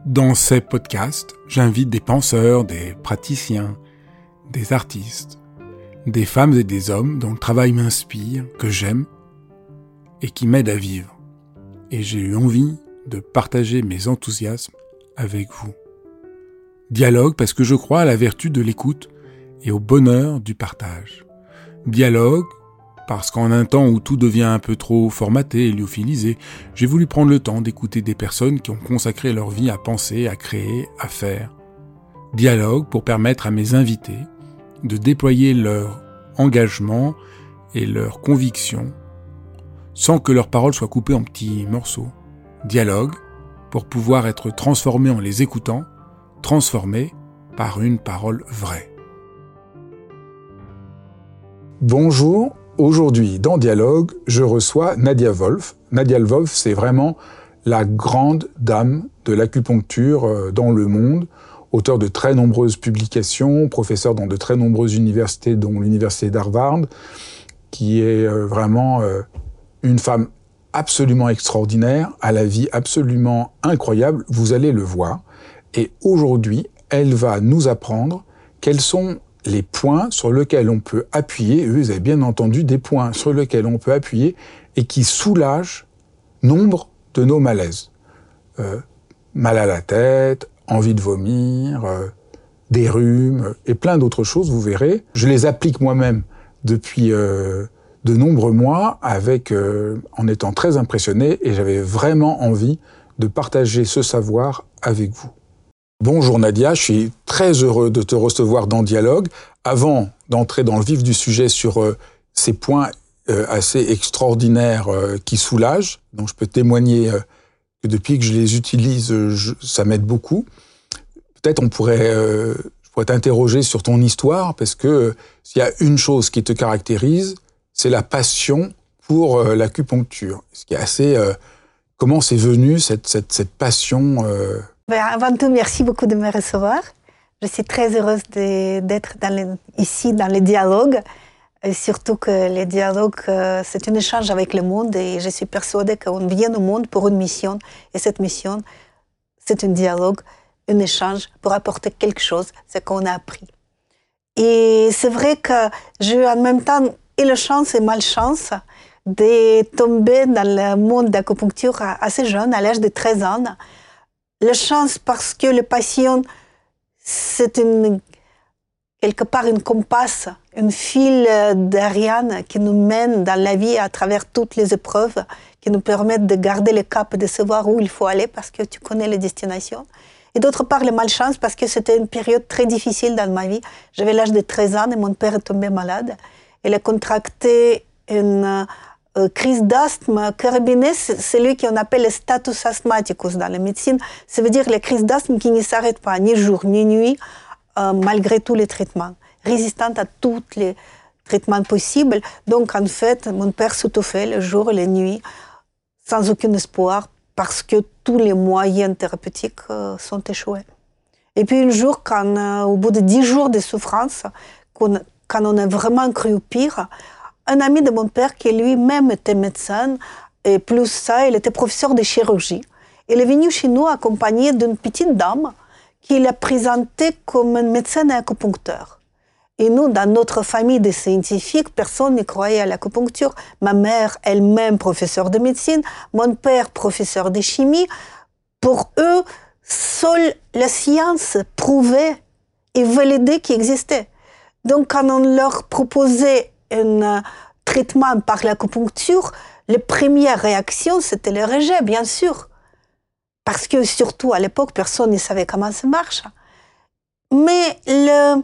Dans ces podcasts, j'invite des penseurs, des praticiens, des artistes, des femmes et des hommes dont le travail m'inspire, que j'aime et qui m'aident à vivre. Et j'ai eu envie de partager mes enthousiasmes avec vous. Dialogue parce que je crois à la vertu de l'écoute et au bonheur du partage. Dialogue parce qu'en un temps où tout devient un peu trop formaté et lyophilisé, j'ai voulu prendre le temps d'écouter des personnes qui ont consacré leur vie à penser, à créer, à faire. Dialogue pour permettre à mes invités de déployer leur engagement et leur conviction sans que leurs paroles soient coupées en petits morceaux. Dialogue pour pouvoir être transformé en les écoutant, transformé par une parole vraie. Bonjour, aujourd'hui dans Dialogue, je reçois Nadia Wolf. Nadia Wolf, c'est vraiment la grande dame de l'acupuncture dans le monde, auteur de très nombreuses publications, professeur dans de très nombreuses universités, dont l'université d'Harvard, qui est vraiment une femme absolument extraordinaire, à la vie absolument incroyable, vous allez le voir. Et aujourd'hui, elle va nous apprendre quels sont les points sur lesquels on peut appuyer, vous avez bien entendu des points sur lesquels on peut appuyer et qui soulagent nombre de nos malaises. Mal à la tête, envie de vomir, des rhumes et plein d'autres choses, vous verrez. Je les applique moi-même depuis de nombreux mois en étant très impressionné et j'avais vraiment envie de partager ce savoir avec vous. Bonjour Nadia, je suis très heureux de te recevoir dans Dialogue. Avant d'entrer dans le vif du sujet sur ces points assez extraordinaires qui soulagent, dont je peux témoigner que depuis que je les utilise, ça m'aide beaucoup. Peut-être je pourrais t'interroger sur ton histoire, parce que s'il y a une chose qui te caractérise, c'est la passion pour l'acupuncture. Ce qui est assez... comment c'est venu cette passion Avant tout, merci beaucoup de me recevoir. Je suis très heureuse d'être ici dans les dialogues. Et surtout que les dialogues, c'est un échange avec le monde et je suis persuadée qu'on vient au monde pour une mission. Et cette mission, c'est un dialogue, un échange pour apporter quelque chose, ce qu'on a appris. Et c'est vrai que j'ai eu en même temps et la chance et malchance de tomber dans le monde d'acupuncture assez jeune, à l'âge de 13 ans. La chance parce que la passion, c'est quelque part une compasse, une fil d'Ariane qui nous mène dans la vie à travers toutes les épreuves, qui nous permettent de garder le cap et de savoir où il faut aller parce que tu connais les destinations. Et d'autre part, la malchance parce que c'était une période très difficile dans ma vie. J'avais l'âge de 13 ans et mon père est tombé malade. Il a contracté une crise d'asthme carabinée, c'est celui qu'on appelle le status asthmaticus dans la médecine. Ça veut dire la crise d'asthme qui ne s'arrête pas ni jour ni nuit, malgré tous les traitements, résistante à tous les traitements possibles. Donc en fait, mon père s'étouffait le jour et la nuit, sans aucun espoir, parce que tous les moyens thérapeutiques sont échoués. Et puis un jour, au bout de 10 jours de souffrance, quand on a vraiment cru au pire, un ami de mon père qui lui-même était médecin, et plus ça, il était professeur de chirurgie. Il est venu chez nous accompagné d'une petite dame qui l'a présenté comme un médecin acupuncteur. Et nous, dans notre famille de scientifiques, personne ne croyait à l'acupuncture. Ma mère, elle-même, professeure de médecine, mon père, professeur de chimie. Pour eux, seule la science prouvait et validait qu'il existait. Donc, quand on leur proposait un traitement par l'acupuncture, les premières réactions, c'était le rejet, bien sûr. Parce que, surtout à l'époque, personne ne savait comment ça marche. Mais le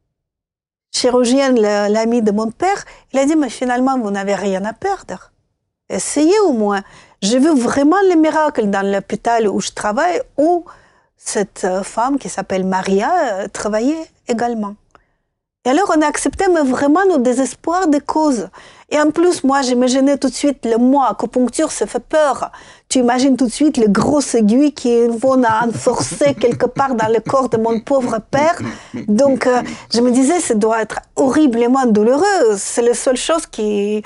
chirurgien, l'ami de mon père, il a dit, mais finalement, vous n'avez rien à perdre. Essayez au moins. J'ai vu vraiment les miracles dans l'hôpital où je travaille, où cette femme qui s'appelle Maria travaillait également. Et alors, on a accepté, mais vraiment, nos désespoirs de cause. Et en plus, moi, j'imaginais tout de suite le mot acupuncture, ça fait peur. Tu imagines tout de suite les grosses aiguilles qui vont enforcer quelque part dans le corps de mon pauvre père. Donc, je me disais, ça doit être horriblement douloureux. C'est la seule chose qui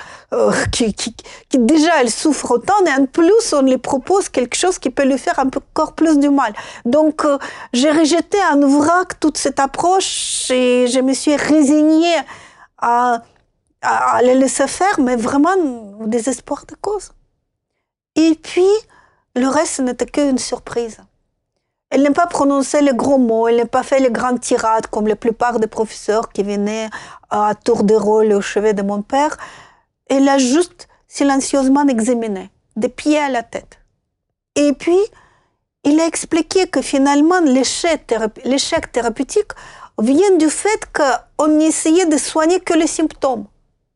déjà, elle souffre autant. Et en plus, on lui propose quelque chose qui peut lui faire encore plus du mal. Donc, j'ai rejeté en vrac toute cette approche et je me suis résignée à le laisser faire, mais vraiment au désespoir de cause. Et puis, le reste n'était qu'une surprise. Elle n'a pas prononcé les gros mots, elle n'a pas fait les grandes tirades comme la plupart des professeurs qui venaient à tour de rôle au chevet de mon père. Elle a juste silencieusement examiné, des pieds à la tête. Et puis, il a expliqué que finalement, l'échec thérapeutique vient du fait qu'on n'essayait de soigner que les symptômes,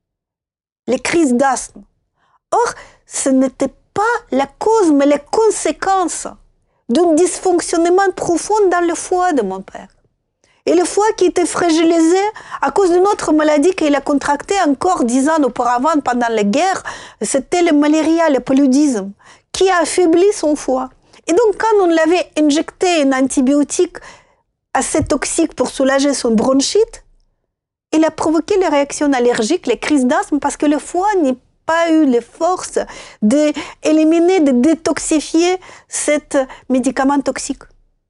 les crises d'asthme. Or, ce n'était pas la cause, mais les conséquences d'un dysfonctionnement profond dans le foie de mon père. Et le foie qui était fragilisé à cause d'une autre maladie qu'il a contractée encore 10 ans auparavant pendant la guerre, c'était le malaria, le paludisme, qui a affaibli son foie. Et donc, quand on l'avait injecté un antibiotique assez toxique pour soulager son bronchite, il a provoqué les réactions allergiques, les crises d'asthme, parce que le foie n'a pas eu les forces d'éliminer, de détoxifier cet médicament toxique.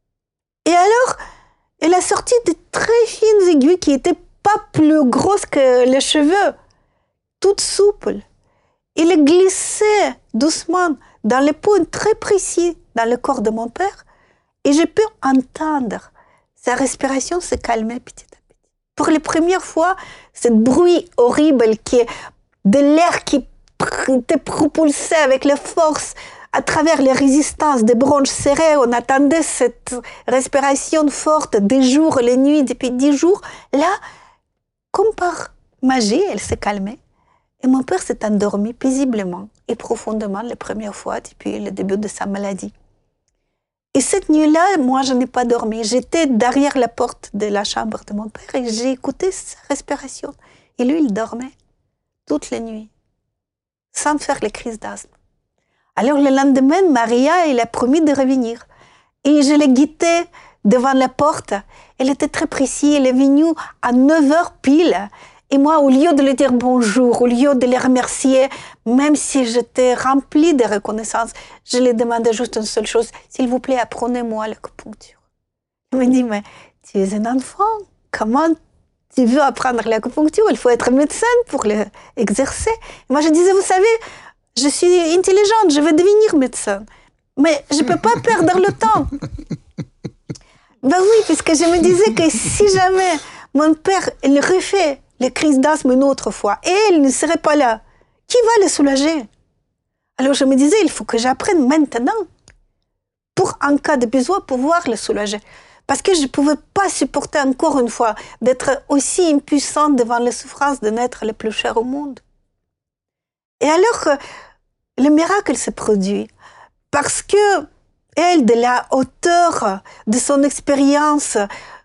Et alors, elle a sorti de très fines aiguilles qui n'étaient pas plus grosses que les cheveux, toutes souples. Il a glissé doucement dans les points très précis dans le corps de mon père et j'ai pu entendre sa respiration se calmer petit à petit. Pour la première fois, ce bruit horrible qui est de l'air qui était propulsé avec la force à travers les résistances des bronches serrées, on attendait cette respiration forte des jours, les nuits, depuis 10 jours. Là, comme par magie, elle s'est calmée. Et mon père s'est endormi paisiblement et profondément la première fois depuis le début de sa maladie. Et cette nuit-là, moi, je n'ai pas dormi. J'étais derrière la porte de la chambre de mon père et j'ai écouté sa respiration. Et lui, il dormait toutes les nuits, sans faire les crises d'asthme. Alors le lendemain, Maria, elle a promis de revenir. Et je l'ai guidée devant la porte. Elle était très précise, elle est venue à 9h pile. Et moi, au lieu de lui dire bonjour, au lieu de les remercier, même si j'étais remplie de reconnaissance, je lui demandais juste une seule chose, s'il vous plaît, apprenez-moi l'acupuncture. Il me dit, mais tu es un enfant, comment tu veux apprendre l'acupuncture? Il faut être médecin pour l'exercer. Et moi, je disais, vous savez, je suis intelligente, je vais devenir médecin. Mais je ne peux pas perdre le temps. Ben oui, puisque je me disais que si jamais mon père il refait les crises d'asthme une autre fois et il ne serait pas là, qui va le soulager? Alors je me disais, il faut que j'apprenne maintenant pour, en cas de besoin, pouvoir le soulager. Parce que je ne pouvais pas supporter encore une fois d'être aussi impuissante devant les souffrances de l'être le plus cher au monde. Et alors, le miracle se produit parce que elle, de la hauteur de son expérience,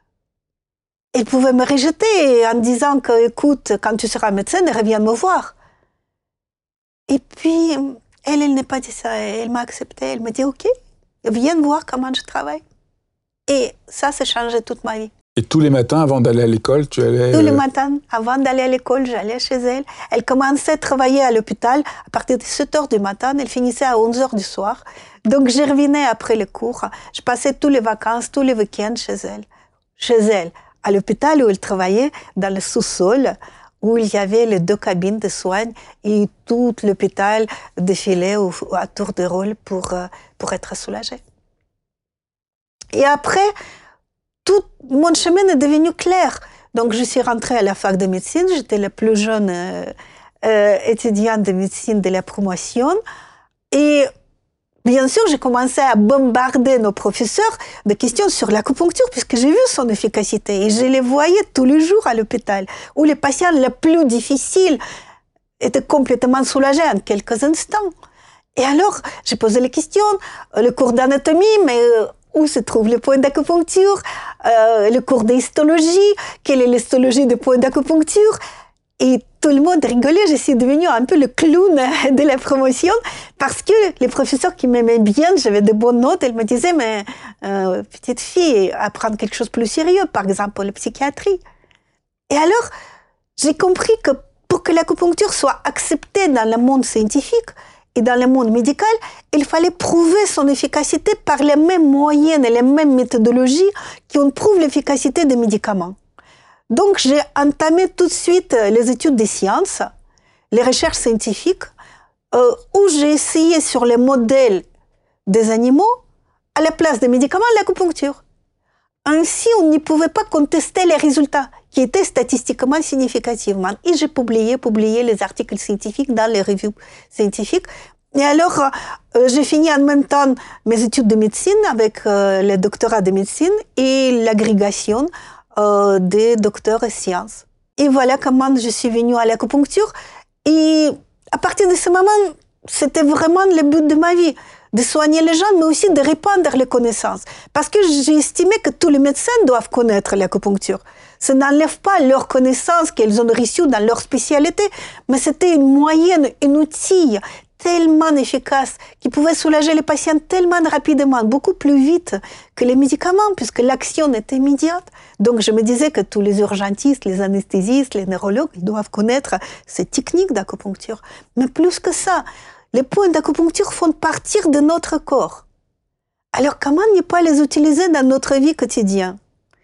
elle pouvait me rejeter en disant que, écoute, quand tu seras médecin, reviens me voir. Et puis, elle n'a pas dit ça. Elle m'a accepté. Elle m'a dit, OK, viens voir comment je travaille. Et ça changé toute ma vie. Et tous les matins, avant d'aller à l'école, tu allais... Tous les matins, avant d'aller à l'école, j'allais chez elle. Elle commençait à travailler à l'hôpital à partir de 7h du matin. Elle finissait à 11h du soir. Donc, je revenais après les cours. Je passais toutes les vacances, tous les week-ends chez elle. Chez elle, à l'hôpital où elle travaillait, dans le sous-sol, où il y avait les 2 cabines de soins et tout l'hôpital défilait à tour de rôle pour être soulagé. Et après, tout mon chemin est devenu clair. Donc, je suis rentrée à la fac de médecine. J'étais la plus jeune étudiante de médecine de la promotion. Et bien sûr, j'ai commencé à bombarder nos professeurs de questions sur l'acupuncture, puisque j'ai vu son efficacité. Et je les voyais tous les jours à l'hôpital, où les patients les plus difficiles étaient complètement soulagés en quelques instants. Et alors, j'ai posé les questions, le cours d'anatomie, mais... où se trouve le point d'acupuncture, le cours d'histologie, quelle est l'histologie du point d'acupuncture. Et tout le monde rigolait, je suis devenue un peu le clown de la promotion parce que les professeurs qui m'aimaient bien, j'avais de bonnes notes, ils me disaient, mais petite fille, apprendre quelque chose de plus sérieux, par exemple la psychiatrie. Et alors, j'ai compris que pour que l'acupuncture soit acceptée dans le monde scientifique et dans le monde médical, il fallait prouver son efficacité par les mêmes moyens et les mêmes méthodologies qui ont prouvé l'efficacité des médicaments. Donc, j'ai entamé tout de suite les études des sciences, les recherches scientifiques, où j'ai essayé sur les modèles des animaux, à la place des médicaments, l'acupuncture. Ainsi, on ne pouvait pas contester les résultats qui étaient statistiquement significativement. Et j'ai publié les articles scientifiques dans les revues scientifiques. Et alors, j'ai fini en même temps mes études de médecine avec le doctorat de médecine et l'agrégation des docteurs en sciences. Et voilà comment je suis venue à l'acupuncture. Et à partir de ce moment, c'était vraiment le but de ma vie, de soigner les gens, mais aussi de répandre les connaissances. Parce que j'ai estimé que tous les médecins doivent connaître l'acupuncture. Ça n'enlève pas leurs connaissances qu'elles ont reçues dans leur spécialité, mais c'était une moyenne, un outil tellement efficace qui pouvait soulager les patients tellement rapidement, beaucoup plus vite que les médicaments, puisque l'action était immédiate. Donc je me disais que tous les urgentistes, les anesthésistes, les neurologues, ils doivent connaître ces techniques d'acupuncture. Mais plus que ça, les points d'acupuncture font partie de notre corps. Alors comment ne pas les utiliser dans notre vie quotidienne?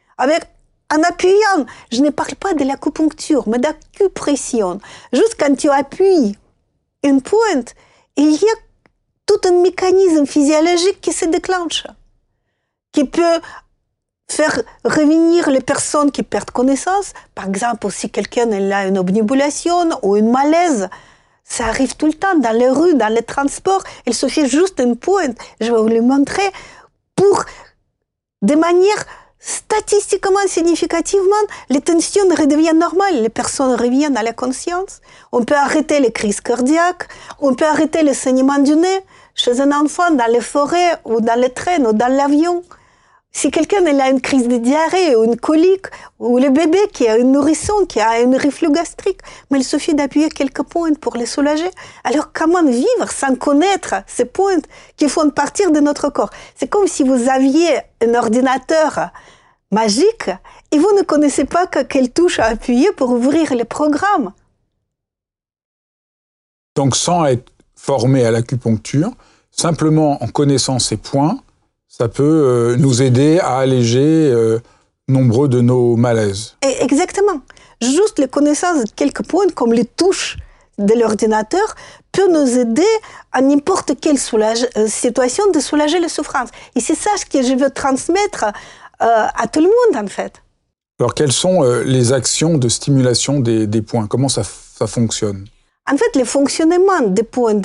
En appuyant, je ne parle pas de l'acupuncture, mais d'acupression. Juste quand tu appuies une pointe, il y a tout un mécanisme physiologique qui se déclenche, qui peut faire revenir les personnes qui perdent connaissance. Par exemple, si quelqu'un a une obnubilation ou une malaise, ça arrive tout le temps dans les rues, dans les transports. Il suffit juste d'une pointe. Je vais vous le montrer pour, de manière statistiquement, significativement, les tensions redeviennent normales, les personnes reviennent à la conscience. On peut arrêter les crises cardiaques, on peut arrêter le saignement du nez chez un enfant dans les forêts ou dans les trains ou dans l'avion. Si quelqu'un a une crise de diarrhée ou une colique, ou le bébé qui a une nourrisson, qui a une reflux gastrique, mais il suffit d'appuyer quelques pointes pour les soulager. Alors comment vivre sans connaître ces pointes qui font partie de notre corps? C'est comme si vous aviez un ordinateur magique et vous ne connaissez pas quelle touche à appuyer pour ouvrir les programmes. Donc sans être formé à l'acupuncture, simplement en connaissant ces points, ça peut nous aider à alléger nombreux de nos malaises. Exactement. Juste la connaissance de quelques points, comme les touches de l'ordinateur, peut nous aider à n'importe quelle situation de soulager les souffrances. Et c'est ça que je veux transmettre à tout le monde, en fait. Alors, quelles sont les actions de stimulation des points? Comment ça fonctionne? En fait, le fonctionnement des points,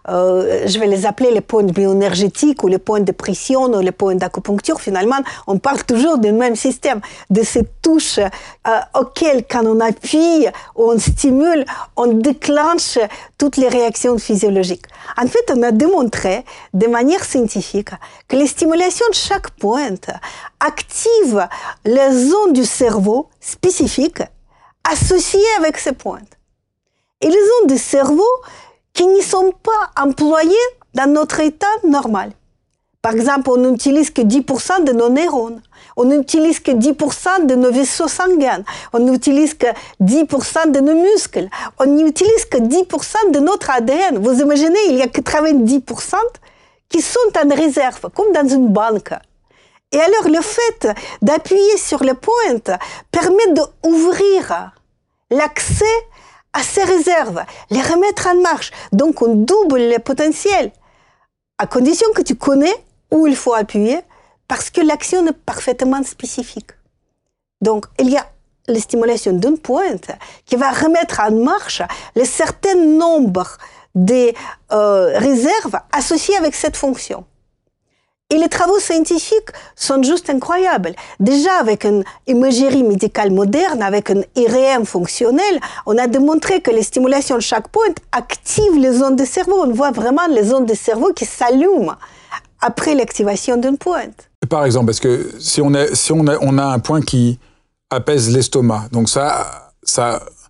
je vais les appeler les points bioénergétiques ou les points de pression ou les points d'acupuncture, finalement, on parle toujours du même système, de ces touches auxquelles, quand on appuie ou on stimule, on déclenche toutes les réactions physiologiques. En fait, on a démontré de manière scientifique que les stimulations de chaque pointe activent les zones du cerveau spécifiques associées avec ces pointes. Et les zones du cerveau qui ne sont pas employées dans notre état normal. Par exemple, on n'utilise que 10% de nos neurones. On n'utilise que 10% de nos vaisseaux sanguins. On n'utilise que 10% de nos muscles. On n'utilise que 10% de notre ADN. Vous imaginez, il y a que 90% qui sont en réserve, comme dans une banque. Et alors, le fait d'appuyer sur les pointes permet d'ouvrir l'accès à ces réserves, les remettre en marche. Donc, on double le potentiel, à condition que tu connais où il faut appuyer, parce que l'action est parfaitement spécifique. Donc, il y a la stimulation d'une pointe qui va remettre en marche le certain nombre de réserves associées avec cette fonction. Et les travaux scientifiques sont juste incroyables. Déjà, avec une imagerie médicale moderne, avec un IRM fonctionnel, on a démontré que les stimulations de chaque pointe activent les zones du cerveau. On voit vraiment les zones du cerveau qui s'allument après l'activation d'une pointe. Par exemple, parce que si on a un point qui apaise l'estomac, donc ça...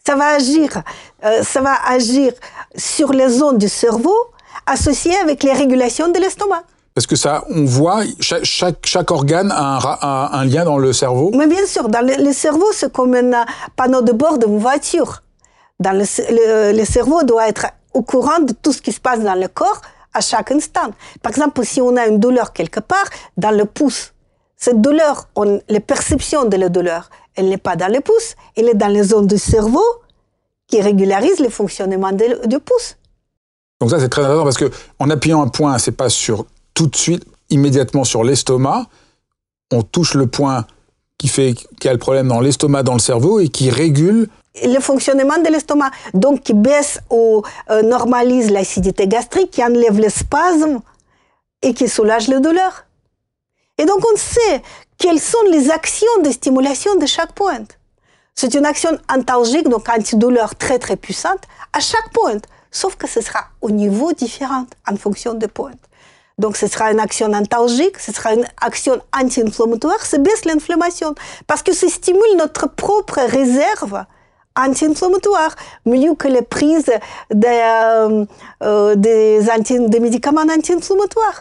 ça va agir sur les zones du cerveau associées avec les régulations de l'estomac. Parce que ça, on voit, chaque organe a un lien dans le cerveau. Mais bien sûr, dans le cerveau, c'est comme un panneau de bord d'une voiture. Le cerveau doit être au courant de tout ce qui se passe dans le corps à chaque instant. Par exemple, si on a une douleur quelque part, dans le pouce, cette douleur, les perceptions de la douleur, elle n'est pas dans le pouce, elle est dans les zones du cerveau qui régularisent le fonctionnement du pouce. Donc ça, c'est très intéressant parce que en appuyant un point, c'est pas sur tout de suite, immédiatement sur l'estomac, on touche le point qu'il y a le problème dans l'estomac, dans le cerveau et qui régule le fonctionnement de l'estomac, donc qui baisse ou normalise l'acidité gastrique, qui enlève les spasmes et qui soulage les douleurs. Et donc on sait quelles sont les actions de stimulation de chaque pointe. C'est une action antalgique, donc antidouleur très très puissante, à chaque pointe, sauf que ce sera au niveau différent en fonction des pointes. Donc, ce sera une action antalgique, ce sera une action anti-inflammatoire, ça baisse l'inflammation. Parce que ça stimule notre propre réserve anti-inflammatoire, mieux que les prises des médicaments anti-inflammatoires.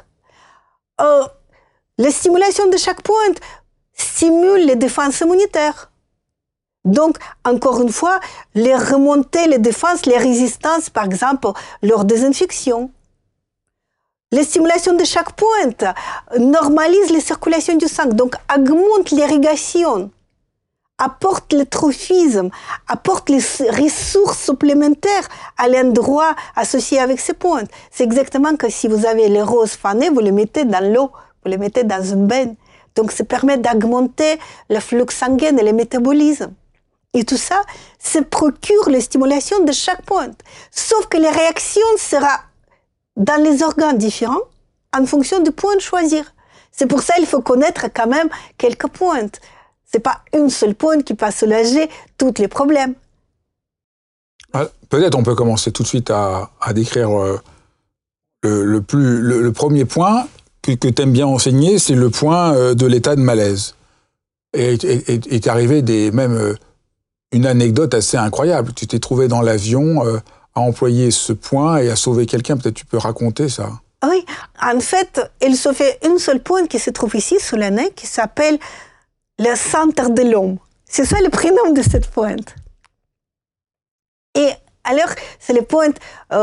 La stimulation de chaque pointe stimule les défenses immunitaires. Donc, encore une fois, les remonter les défenses, les résistances, par exemple, lors des infections. La stimulation de chaque pointe normalise la circulation du sang, donc augmente l'irrigation, apporte le trophisme, apporte les ressources supplémentaires à l'endroit associé avec ces pointes. C'est exactement comme si vous avez les roses fanées, vous les mettez dans l'eau, vous les mettez dans une baigne. Donc ça permet d'augmenter le flux sanguin et le métabolisme. Et tout ça, ça procure la stimulation de chaque pointe. Sauf que les réactions seront dans les organes différents en fonction du point de choisir. C'est pour ça qu'il faut connaître quand même quelques pointes. C'est pas une seule pointe qui peut soulager tous les problèmes. Peut-être on peut commencer tout de suite à décrire le premier point que tu aimes bien enseigner, c'est le point de l'état de malaise. Et est arrivé même une anecdote assez incroyable. Tu t'es trouvé dans l'avion à employer ce point et à sauver quelqu'un. Peut-être tu peux raconter ça. Oui, en fait, il se fait une seule pointe qui se trouve ici sous le nez, qui s'appelle le centre de l'homme. C'est ça le prénom de cette pointe. Et alors, c'est les pointes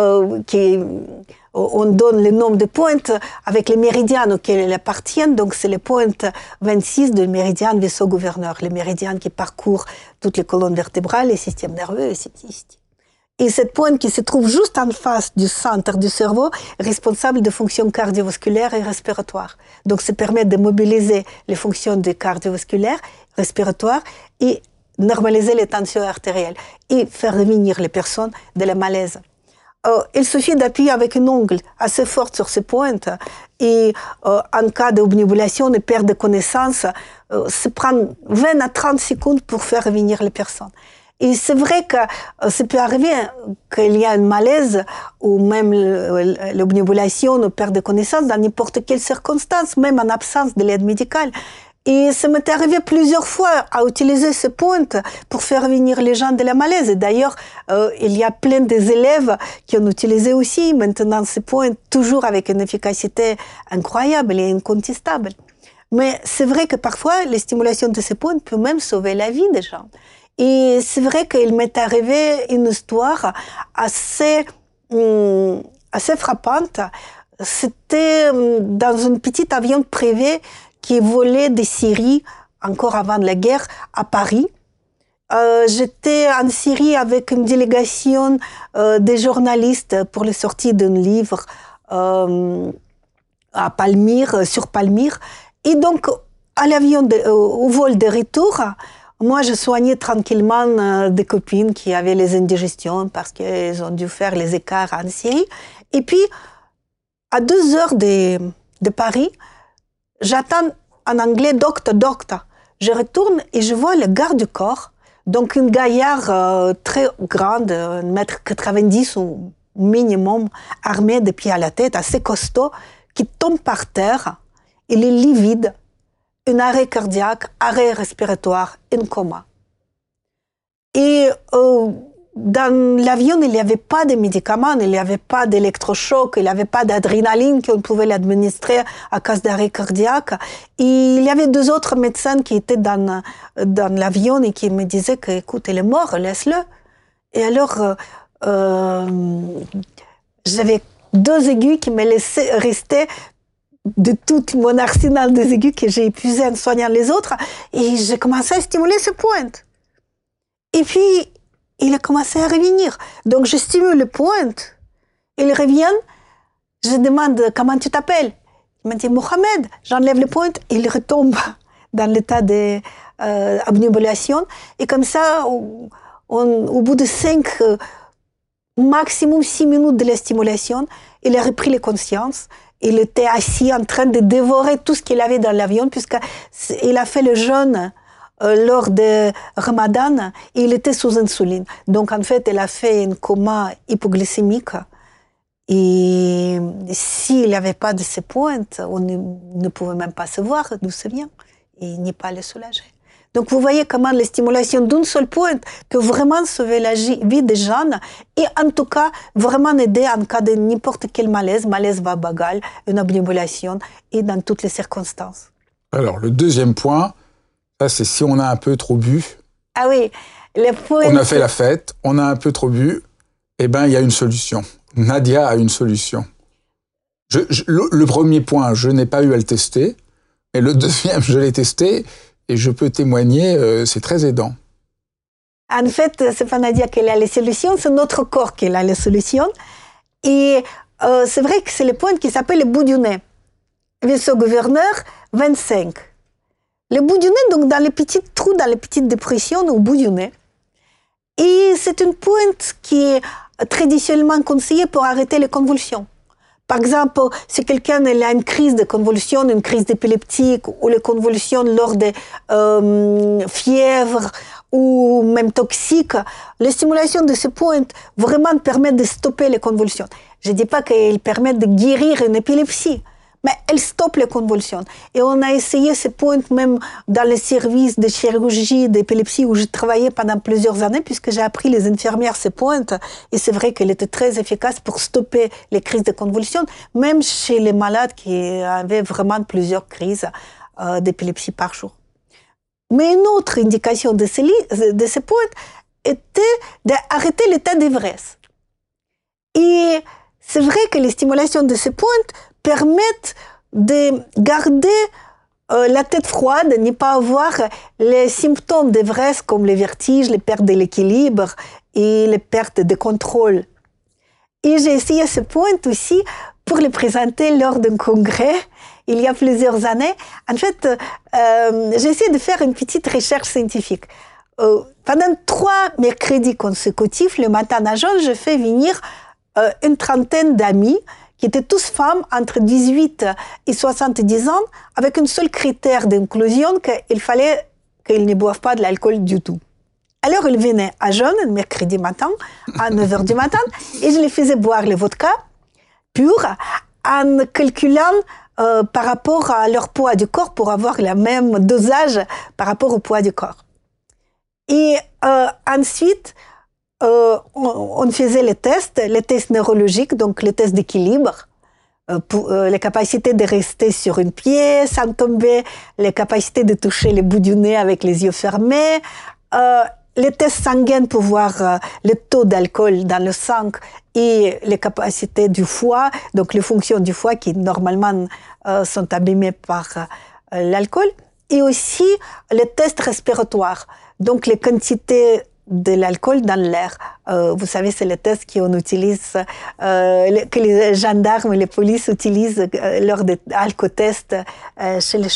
on donne le nom de pointes avec les méridiens auxquels elles appartiennent. Donc, c'est les pointes 26 du méridien vaisseau-gouverneur, les méridiens qui parcourent toutes les colonnes vertébrales, les systèmes nerveux et ici. Et cette pointe qui se trouve juste en face du centre du cerveau est responsable des fonctions cardiovasculaires et respiratoires. Donc, ça permet de mobiliser les fonctions cardiovasculaires, respiratoires et normaliser les tensions artérielles et faire revenir les personnes de la malaise. Il suffit d'appuyer avec une ongle assez forte sur ces pointes et en cas d'obnubulation et perte de connaissance, ça prend 20 à 30 secondes pour faire revenir les personnes. Et c'est vrai que ça peut arriver qu'il y a un malaise ou même l'obnubulation ou perte de connaissance dans n'importe quelle circonstance, même en absence de l'aide médicale. Et ça m'est arrivé plusieurs fois à utiliser ces pointes pour faire venir les gens de la malaise. Et d'ailleurs, il y a plein des élèves qui ont utilisé aussi maintenant ces pointes, toujours avec une efficacité incroyable et incontestable. Mais c'est vrai que parfois, les stimulations de ces pointes peuvent même sauver la vie des gens. Et c'est vrai qu'il m'est arrivé une histoire assez frappante. C'était dans un petit avion privé qui volait de Syrie, encore avant la guerre, à Paris. J'étais en Syrie avec une délégation des journalistes pour la sortie d'un livre à Palmyre, sur Palmyre. Et donc, au vol de retour, moi, je soignais tranquillement des copines qui avaient les indigestions parce qu'elles ont dû faire les écarts en Syrie. Et puis, à 2 heures de Paris, j'attends en anglais docteur, docteur. Je retourne et je vois le garde du corps, donc une gaillard très grande, 1m90 ou minimum, armée de pieds à la tête, assez costaud, qui tombe par terre. Il est livide, un arrêt cardiaque, arrêt respiratoire, un coma. Et dans l'avion, il n'y avait pas de médicaments, il n'y avait pas d'électrochoc, il n'y avait pas d'adrénaline qu'on pouvait l'administrer à cause d'arrêt cardiaque. Et il y avait 2 autres médecins qui étaient dans l'avion et qui me disaient que, écoute, il est mort, laisse-le. Et alors, j'avais 2 aigus qui me laissaient rester de tout mon arsenal des aigus que j'ai épuisé en soignant les autres. Et j'ai commencé à stimuler ce point. Et puis, il a commencé à revenir. Donc, je stimule le point. Il revient. Je demande comment tu t'appelles. Il m'a dit Mohamed. J'enlève le point. Il retombe dans l'état d'obnubilation. Et comme ça, au bout de 5, maximum 6 minutes de la stimulation, il a repris les consciences. Il était assis en train de dévorer tout ce qu'il avait dans l'avion, puisqu'il a fait le jeûne lors de Ramadan, il était sous insuline. Donc, en fait, il a fait un coma hypoglycémique. Et s'il n'y avait pas de ces pointes, on ne pouvait même pas se voir d'où ça vient. Et n'y pas le soulager. Donc, vous voyez comment la stimulation d'une seule pointe peut vraiment sauver la vie des gens et, en tout cas, vraiment aider en cas de n'importe quel malaise vagal, une obnubilation et dans toutes les circonstances. Alors, le deuxième point, ça, c'est si on a un peu trop bu. Ah oui, on a fait la fête, on a un peu trop bu, eh bien, il y a une solution. Nadia a une solution. Le premier point, je n'ai pas eu à le tester, mais le deuxième, je l'ai testé et je peux témoigner, c'est très aidant. En fait, c'est pas Nadia qui a les solutions, c'est notre corps qui a les solutions. Et c'est vrai que c'est le point qui s'appelle le bout du nez. Vice-gouverneur 25. Le bout du nez, donc dans les petits trous, dans les petites dépressions au bout du nez. Et c'est une pointe qui est traditionnellement conseillée pour arrêter les convulsions. Par exemple, si quelqu'un a une crise de convulsion, une crise d'épileptique ou les convulsions lors de fièvre ou même toxiques, la stimulation de ces pointes vraiment permet de stopper les convulsions. Je ne dis pas qu'elle permet de guérir une épilepsie, mais elle stoppe les convulsions. Et on a essayé ces pointes même dans les services de chirurgie d'épilepsie où j'ai travaillé pendant plusieurs années, puisque j'ai appris les infirmières ces pointes. Et c'est vrai qu'elle était très efficace pour stopper les crises de convulsions, même chez les malades qui avaient vraiment plusieurs crises d'épilepsie par jour. Mais une autre indication de ces pointes était d'arrêter l'état d'ivresse. Et c'est vrai que les stimulations de ces pointes permettent de garder la tête froide, de ne pas avoir les symptômes d'ivresse comme les vertiges, les pertes de l'équilibre et les pertes de contrôle. Et j'ai essayé ce point aussi pour le présenter lors d'un congrès il y a plusieurs années. En fait, j'ai essayé de faire une petite recherche scientifique. Pendant 3 mercredis consécutifs, le matin à jeun, je fais venir une trentaine d'amis qui étaient tous femmes entre 18 et 70 ans, avec un seul critère d'inclusion, qu'il fallait qu'ils ne boivent pas de l'alcool du tout. Alors, ils venaient à jeun, le mercredi matin, à 9h du matin, et je les faisais boire le vodka pur, en calculant par rapport à leur poids du corps, pour avoir le même dosage par rapport au poids du corps. Et ensuite, on faisait les tests neurologiques, donc les tests d'équilibre, pour les capacités de rester sur une pied sans tomber, les capacités de toucher le bout du nez avec les yeux fermés, les tests sanguins pour voir le taux d'alcool dans le sang et les capacités du foie, donc les fonctions du foie qui normalement sont abîmées par l'alcool, et aussi les tests respiratoires, donc les quantités de l'alcool dans l'air. Vous savez, c'est le test qu'on utilise, que les gendarmes et les polices utilisent lors des alcotests chez les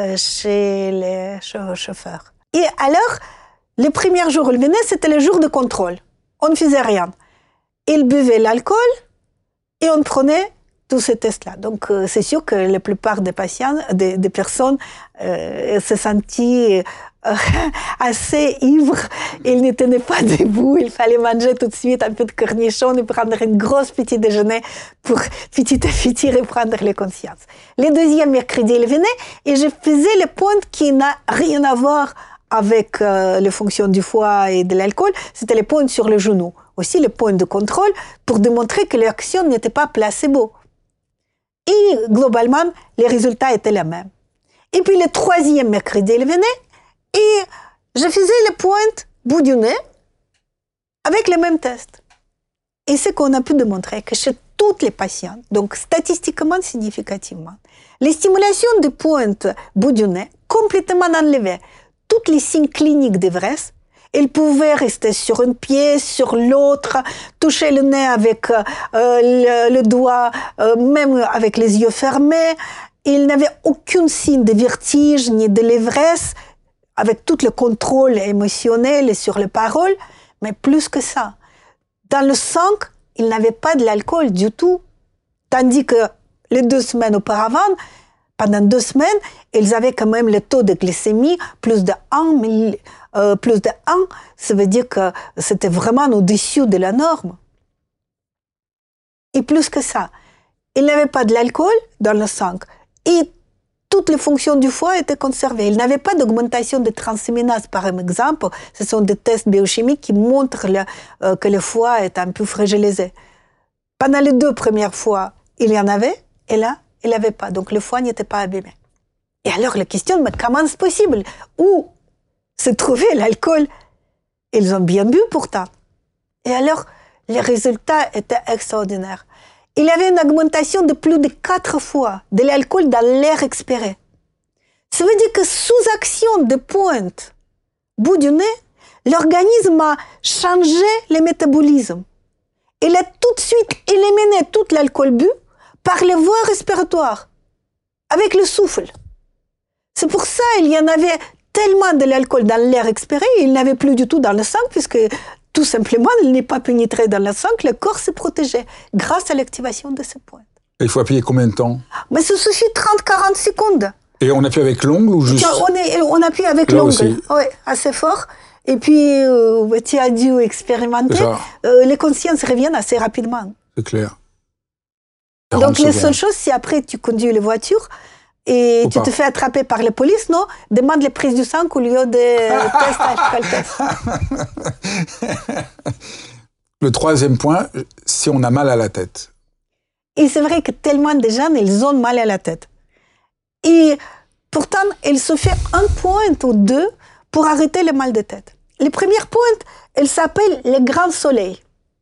chauffeurs. Et alors, les premiers jours où ils venaient, c'était le jour de contrôle. On ne faisait rien. Ils buvaient l'alcool et on prenait tous ces tests-là. Donc, c'est sûr que la plupart des patients, des personnes se sentaient assez ivres. Ils ne tenaient pas debout. Il fallait manger tout de suite un peu de cornichons et prendre une grosse petit déjeuner pour petit à petit reprendre les consciences. Le deuxième mercredi, ils venaient et je faisais le point qui n'a rien à voir avec les fonctions du foie et de l'alcool, c'était les pointes sur le genou. Aussi les points de contrôle pour démontrer que l'action n'était pas placebo. Et globalement, les résultats étaient les mêmes. Et puis le troisième mercredi, il venait et je faisais les pointes bout du nez avec les mêmes tests. Et c'est qu'on a pu démontrer que chez toutes les patients, donc statistiquement significativement, les stimulations de pointe bout du nez complètement enlevaient tous les signes cliniques d'ivresse. Ils pouvaient rester sur un pied, sur l'autre, toucher le nez avec le doigt, même avec les yeux fermés. Ils n'avaient aucun signe de vertige ni de l'ivresse, avec tout le contrôle émotionnel et sur les paroles, mais plus que ça. Dans le sang, ils n'avaient pas de l'alcool du tout. Tandis que les 2 semaines auparavant, pendant 2 semaines, ils avaient quand même le taux de glycémie plus de 1, ça veut dire que c'était vraiment au-dessus de la norme. Et plus que ça, ils n'avaient pas de l'alcool dans le sang et toutes les fonctions du foie étaient conservées. Ils n'avaient pas d'augmentation de transaminase, par exemple. Ce sont des tests biochimiques qui montrent que le foie est un peu fragilisé. Pendant les 2 premières fois, il y en avait, et là, il n'y avait pas. Donc le foie n'était pas abîmé. Et alors la question, mais comment c'est possible? Où se trouvait l'alcool? Ils ont bien bu pourtant. Et alors, les résultats étaient extraordinaires. Il y avait une augmentation de plus de 4 fois de l'alcool dans l'air expiré. Ça veut dire que sous action de pointe, bout du nez, l'organisme a changé le métabolisme. Il a tout de suite éliminé tout l'alcool bu par les voies respiratoires, avec le souffle. C'est pour ça qu'il y en avait tellement de l'alcool dans l'air expiré, il n'y avait plus du tout dans le sang, puisque tout simplement, il n'est pas pénétré dans le sang, le corps se protégeait grâce à l'activation de ces pointes. Et il faut appuyer combien de temps? Mais ça suffit 30-40 secondes. Et on appuie avec l'ongle ou juste... On appuie avec l'ongle, oui, assez fort. Et puis, tu as dû expérimenter. Les consciences reviennent assez rapidement. C'est clair. Donc, la seule chose, si après tu conduis la voiture et tu te fais attraper par la police, non, demande les prises du sang au lieu de tests alcool. Le troisième point, si on a mal à la tête. Et c'est vrai que tellement de gens, ils ont mal à la tête. Et pourtant, il se fait 1 pointe ou 2 pour arrêter le mal de tête. Les premières pointes, elles s'appellent les grands soleils.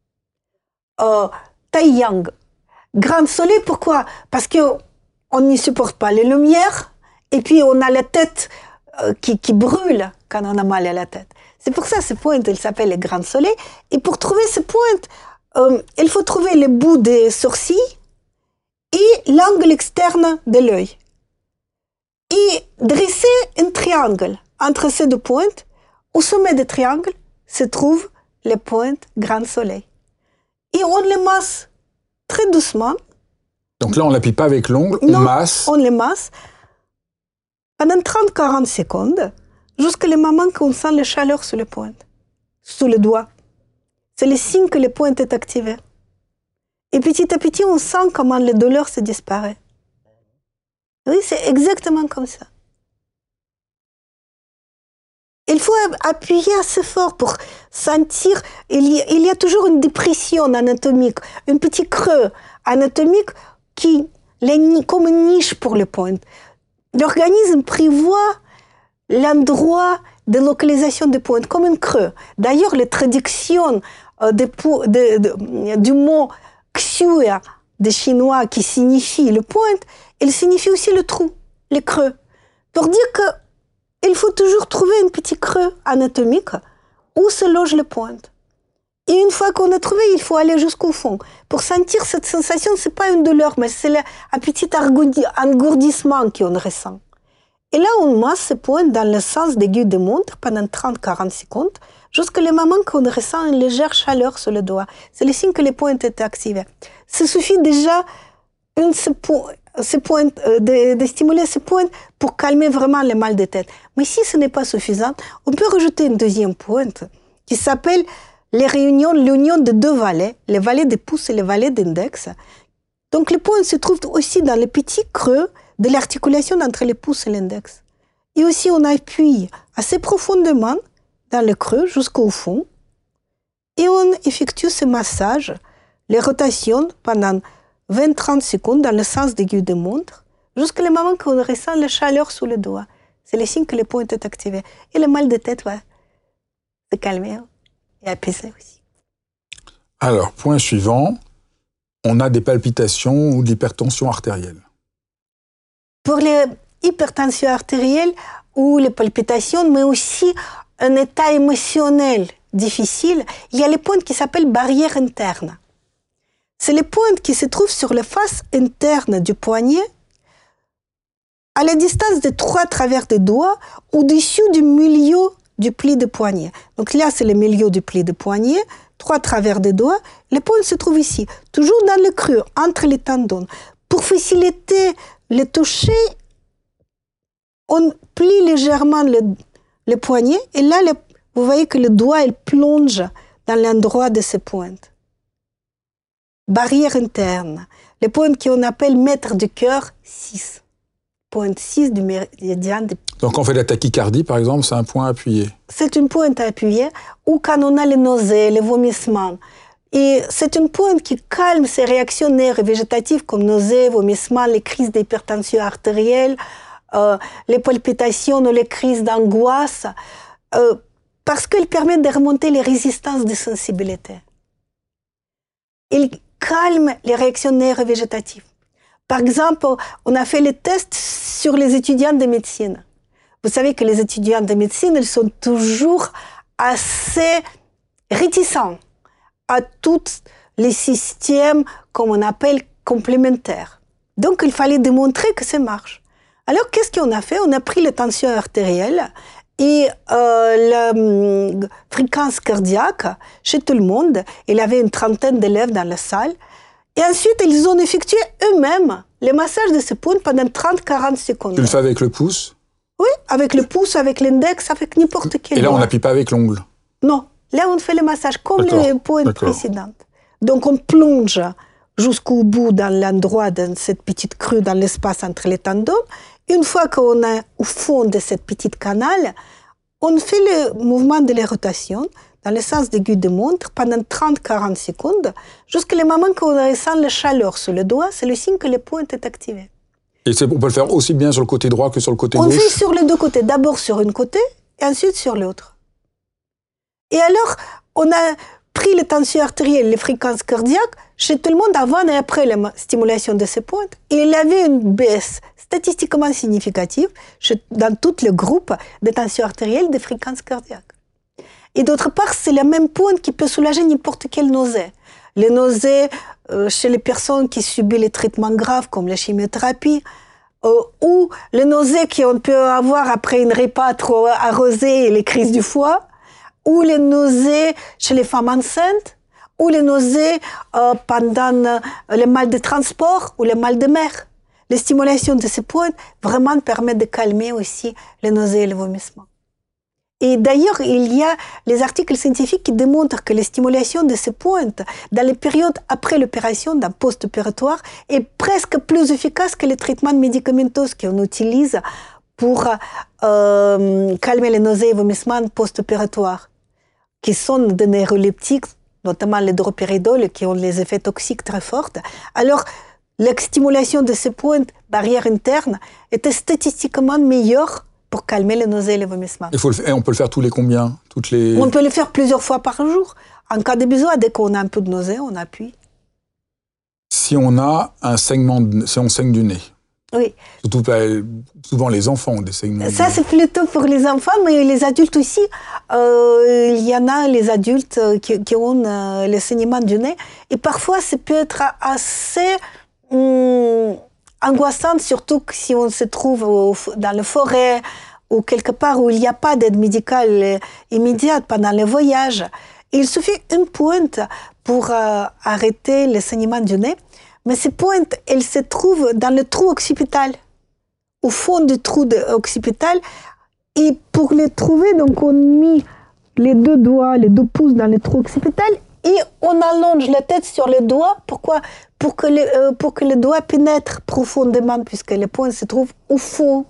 Taiyang. Grand soleil, pourquoi? Parce qu'on n'y supporte pas les lumières et puis on a la tête qui brûle quand on a mal à la tête. C'est pour ça que ces pointes, elles s'appellent les grands soleils. Et pour trouver ces pointes, il faut trouver le bout des sourcils et l'angle externe de l'œil. Et dresser un triangle entre ces 2 pointes. Au sommet du triangle se trouvent les pointes grand soleil. Et on les masse très doucement. Donc là, on ne l'appuie pas avec l'ongle, on masse. On les masse pendant 30-40 secondes jusqu'à le moment qu'on sent la chaleur sur les pointes, sous le doigt. C'est le signe que les pointes est activée. Et petit à petit, on sent comment la douleur se disparaît. Oui, c'est exactement comme ça. Il faut appuyer assez fort pour sentir. Il y a toujours une dépression anatomique, un petit creux anatomique qui est comme une niche pour les pointes. L'organisme prévoit l'endroit de localisation des pointes comme un creux. D'ailleurs, la traduction du mot xue de chinois qui signifie le pointe, il signifie aussi le trou, le creux. Pour dire qu'il faut toujours trouver un petit creux anatomique où se loge le pointe. Et une fois qu'on a trouvé, il faut aller jusqu'au fond. Pour sentir cette sensation, ce n'est pas une douleur, mais c'est un petit engourdissement qu'on ressent. Et là, on masse ce point dans le sens d'aiguille de montre pendant 30-40 secondes, jusqu'à le moment qu'on ressent une légère chaleur sur le doigt. C'est le signe que les pointes étaient activées. Ça suffit déjà de stimuler ces pointes pour calmer vraiment le mal de tête. Mais si ce n'est pas suffisant, on peut rajouter une deuxième pointe qui s'appelle l'union de 2 vallées, les vallées des pouces et les vallées d'index. Donc les pointes se trouvent aussi dans les petits creux de l'articulation entre les pouces et l'index. Et aussi, on appuie assez profondément dans le creux jusqu'au fond. Et on effectue ce massage, les rotations pendant 20-30 secondes dans le sens d'aiguille de montre, jusqu'à le moment qu'on ressent la chaleur sous le doigt. C'est le signe que le point est activé. Et le mal de tête va se calmer et apaiser aussi. Alors, point suivant, on a des palpitations ou de l'hypertension artérielle. Pour l'hypertension artérielle ou les palpitations, mais aussi un état émotionnel difficile, il y a les pointes qui s'appellent barrières internes. C'est les pointes qui se trouvent sur la face interne du poignet, à la distance de 3 travers des doigts, au-dessus du milieu du pli de poignet. Donc là, c'est le milieu du pli de poignet, 3 travers des doigts. Les pointes se trouvent ici, toujours dans le creux, entre les tendons. Pour faciliter le toucher, on plie légèrement le poignet et là, vous voyez que le doigt il plonge dans l'endroit de ces pointes. Barrière interne, les pointes qu'on appelle mètre du cœur 6. Pointe 6 du méridien. Donc on fait la tachycardie, par exemple, c'est un point appuyé. C'est une pointe appuyée, ou quand on a les nausées, les vomissements. Et c'est une pointe qui calme ces réactions neurovégétatives comme nausées, vomissements, les crises d'hypertension artérielle, les palpitations ou les crises d'angoisse, parce qu'elle permet de remonter les résistances de sensibilité. Il calme les réactions neurovégétatives. Par exemple, on a fait les tests sur les étudiants de médecine. Vous savez que les étudiants de médecine, ils sont toujours assez réticents à tous les systèmes, comme on appelle, complémentaires. Donc, il fallait démontrer que ça marche. Alors, qu'est-ce qu'on a fait? On a pris la tension artérielle et la fréquence cardiaque chez tout le monde. Il y avait une trentaine d'élèves dans la salle. Et ensuite, ils ont effectué eux-mêmes le massage de ces pointes pendant 30-40 secondes. Tu le fais avec le pouce? Oui, avec le pouce, avec l'index, avec n'importe quel. Et là, doigt. on n'appuie pas avec l'ongle? Non, là, on fait le massage comme les pointes précédentes. Donc, on plonge jusqu'au bout dans l'endroit, dans cette petite crue, dans l'espace entre les tendons. Une fois qu'on est au fond de cette petite canal, on fait le mouvement de la rotation dans le sens d'aiguille de montre pendant 30-40 secondes, jusqu'à le moment qu'on ressent la chaleur sur le doigt, c'est le signe que le point est activé. Et on peut le faire aussi bien sur le côté droit que sur le côté gauche? On fait sur les deux côtés, d'abord sur un côté et ensuite sur l'autre. Et alors, on a pris les tensions artérielles, les fréquences cardiaques, chez tout le monde avant et après la stimulation de ces pointes. Et il y avait une baisse statistiquement significative dans tout le groupe de tensions artérielles, de fréquences cardiaques. Et d'autre part, c'est la même pointe qui peut soulager n'importe quelle nausée. Les nausées chez les personnes qui subissent les traitements graves comme la chimiothérapie, ou les nausées qu'on peut avoir après un repas trop arrosé et les crises du foie, ou les nausées chez les femmes enceintes, ou les nausées pendant le mal de transport ou le mal de mer. La stimulation de ces pointes vraiment permet de calmer aussi les nausées et les vomissements. Et d'ailleurs, il y a les articles scientifiques qui démontrent que la stimulation de ces pointes dans les périodes après l'opération, dans post-opératoire, est presque plus efficace que les traitements médicamenteux qu'on utilise pour calmer les nausées et vomissements post-opératoires, qui sont des neuroleptiques, notamment les droperidol, qui ont des effets toxiques très forts. Alors, la stimulation de ces pointes, barrières internes, était statistiquement meilleure pour calmer les nausées et les vomissements. Et on peut le faire tous les combien? On peut le faire plusieurs fois par jour. En cas de besoin, dès qu'on a un peu de nausée, on appuie. Si on a un saignement, si on saigne du nez. Oui. Surtout, souvent les enfants ont des saignements. Ça, c'est plutôt pour les enfants, mais les adultes aussi. Il y en a, les adultes, qui ont le saignement du nez. Et parfois, ça peut être assez angoissant, surtout si on se trouve dans la forêt ou quelque part où il n'y a pas d'aide médicale immédiate pendant le voyage. Il suffit une pointe pour arrêter le saignement du nez. Mais ces pointes, elles se trouvent dans le trou occipital, au fond du trou occipital. Et pour les trouver, donc on met les deux doigts, les deux pouces dans le trou occipital et on allonge la tête sur les doigts. Pourquoi? Pour que les doigts pénètrent profondément, puisque les pointes se trouvent au fond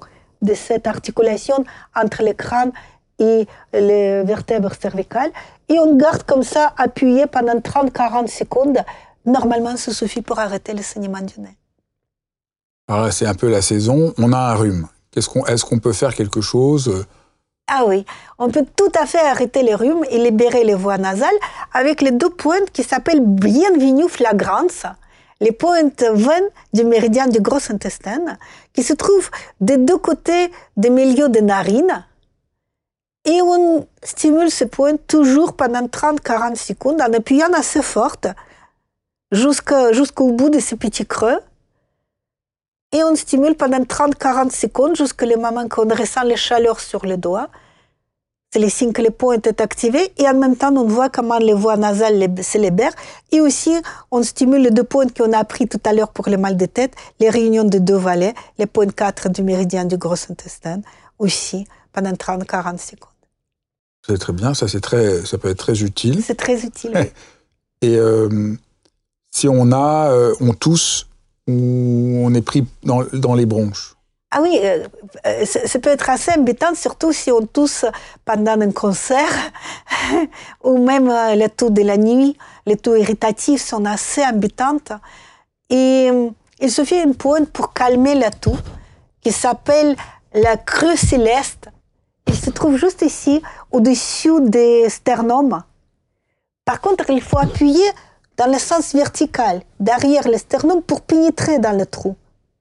de cette articulation entre le crâne et les vertèbres cervicales. Et on garde comme ça, appuyé pendant 30-40 secondes. Normalement, ça suffit pour arrêter le saignement du nez. Alors là, c'est un peu la saison. On a un rhume. Est-ce qu'on peut faire quelque chose? Ah oui, on peut tout à fait arrêter le rhume et libérer les voies nasales avec les 2 pointes qui s'appellent bienvenue flagrans, les pointes veines du méridien du gros intestin, qui se trouvent des 2 côtés des milieux des narines. Et on stimule ces pointes toujours pendant 30-40 secondes en appuyant assez fort jusqu'au bout de ces petits creux. Et on stimule pendant 30-40 secondes jusqu'à le moment qu'on ressent les chaleurs sur le doigt. C'est le signe que le point est activé. Et en même temps, on voit comment les voies nasales se libèrent. Et aussi, on stimule les 2 points qu'on a appris tout à l'heure pour le mal de tête, les réunions de 2 vallées, les points 4 du méridien du gros intestin, aussi pendant 30-40 secondes. C'est très bien, ça peut être très utile. C'est très utile, oui. Et si on tousse, ou on est pris dans les bronches. Ah oui, ça peut être assez embêtant, surtout si on tousse pendant un concert, ou même les toux de la nuit, les toux irritatifs sont assez embêtantes. Et il suffit d'une pointe pour calmer la toux, qui s'appelle la creux céleste. Il se trouve juste ici, au-dessus des sternums. Par contre, il faut appuyer dans le sens vertical, derrière le sternum, pour pénétrer dans le trou.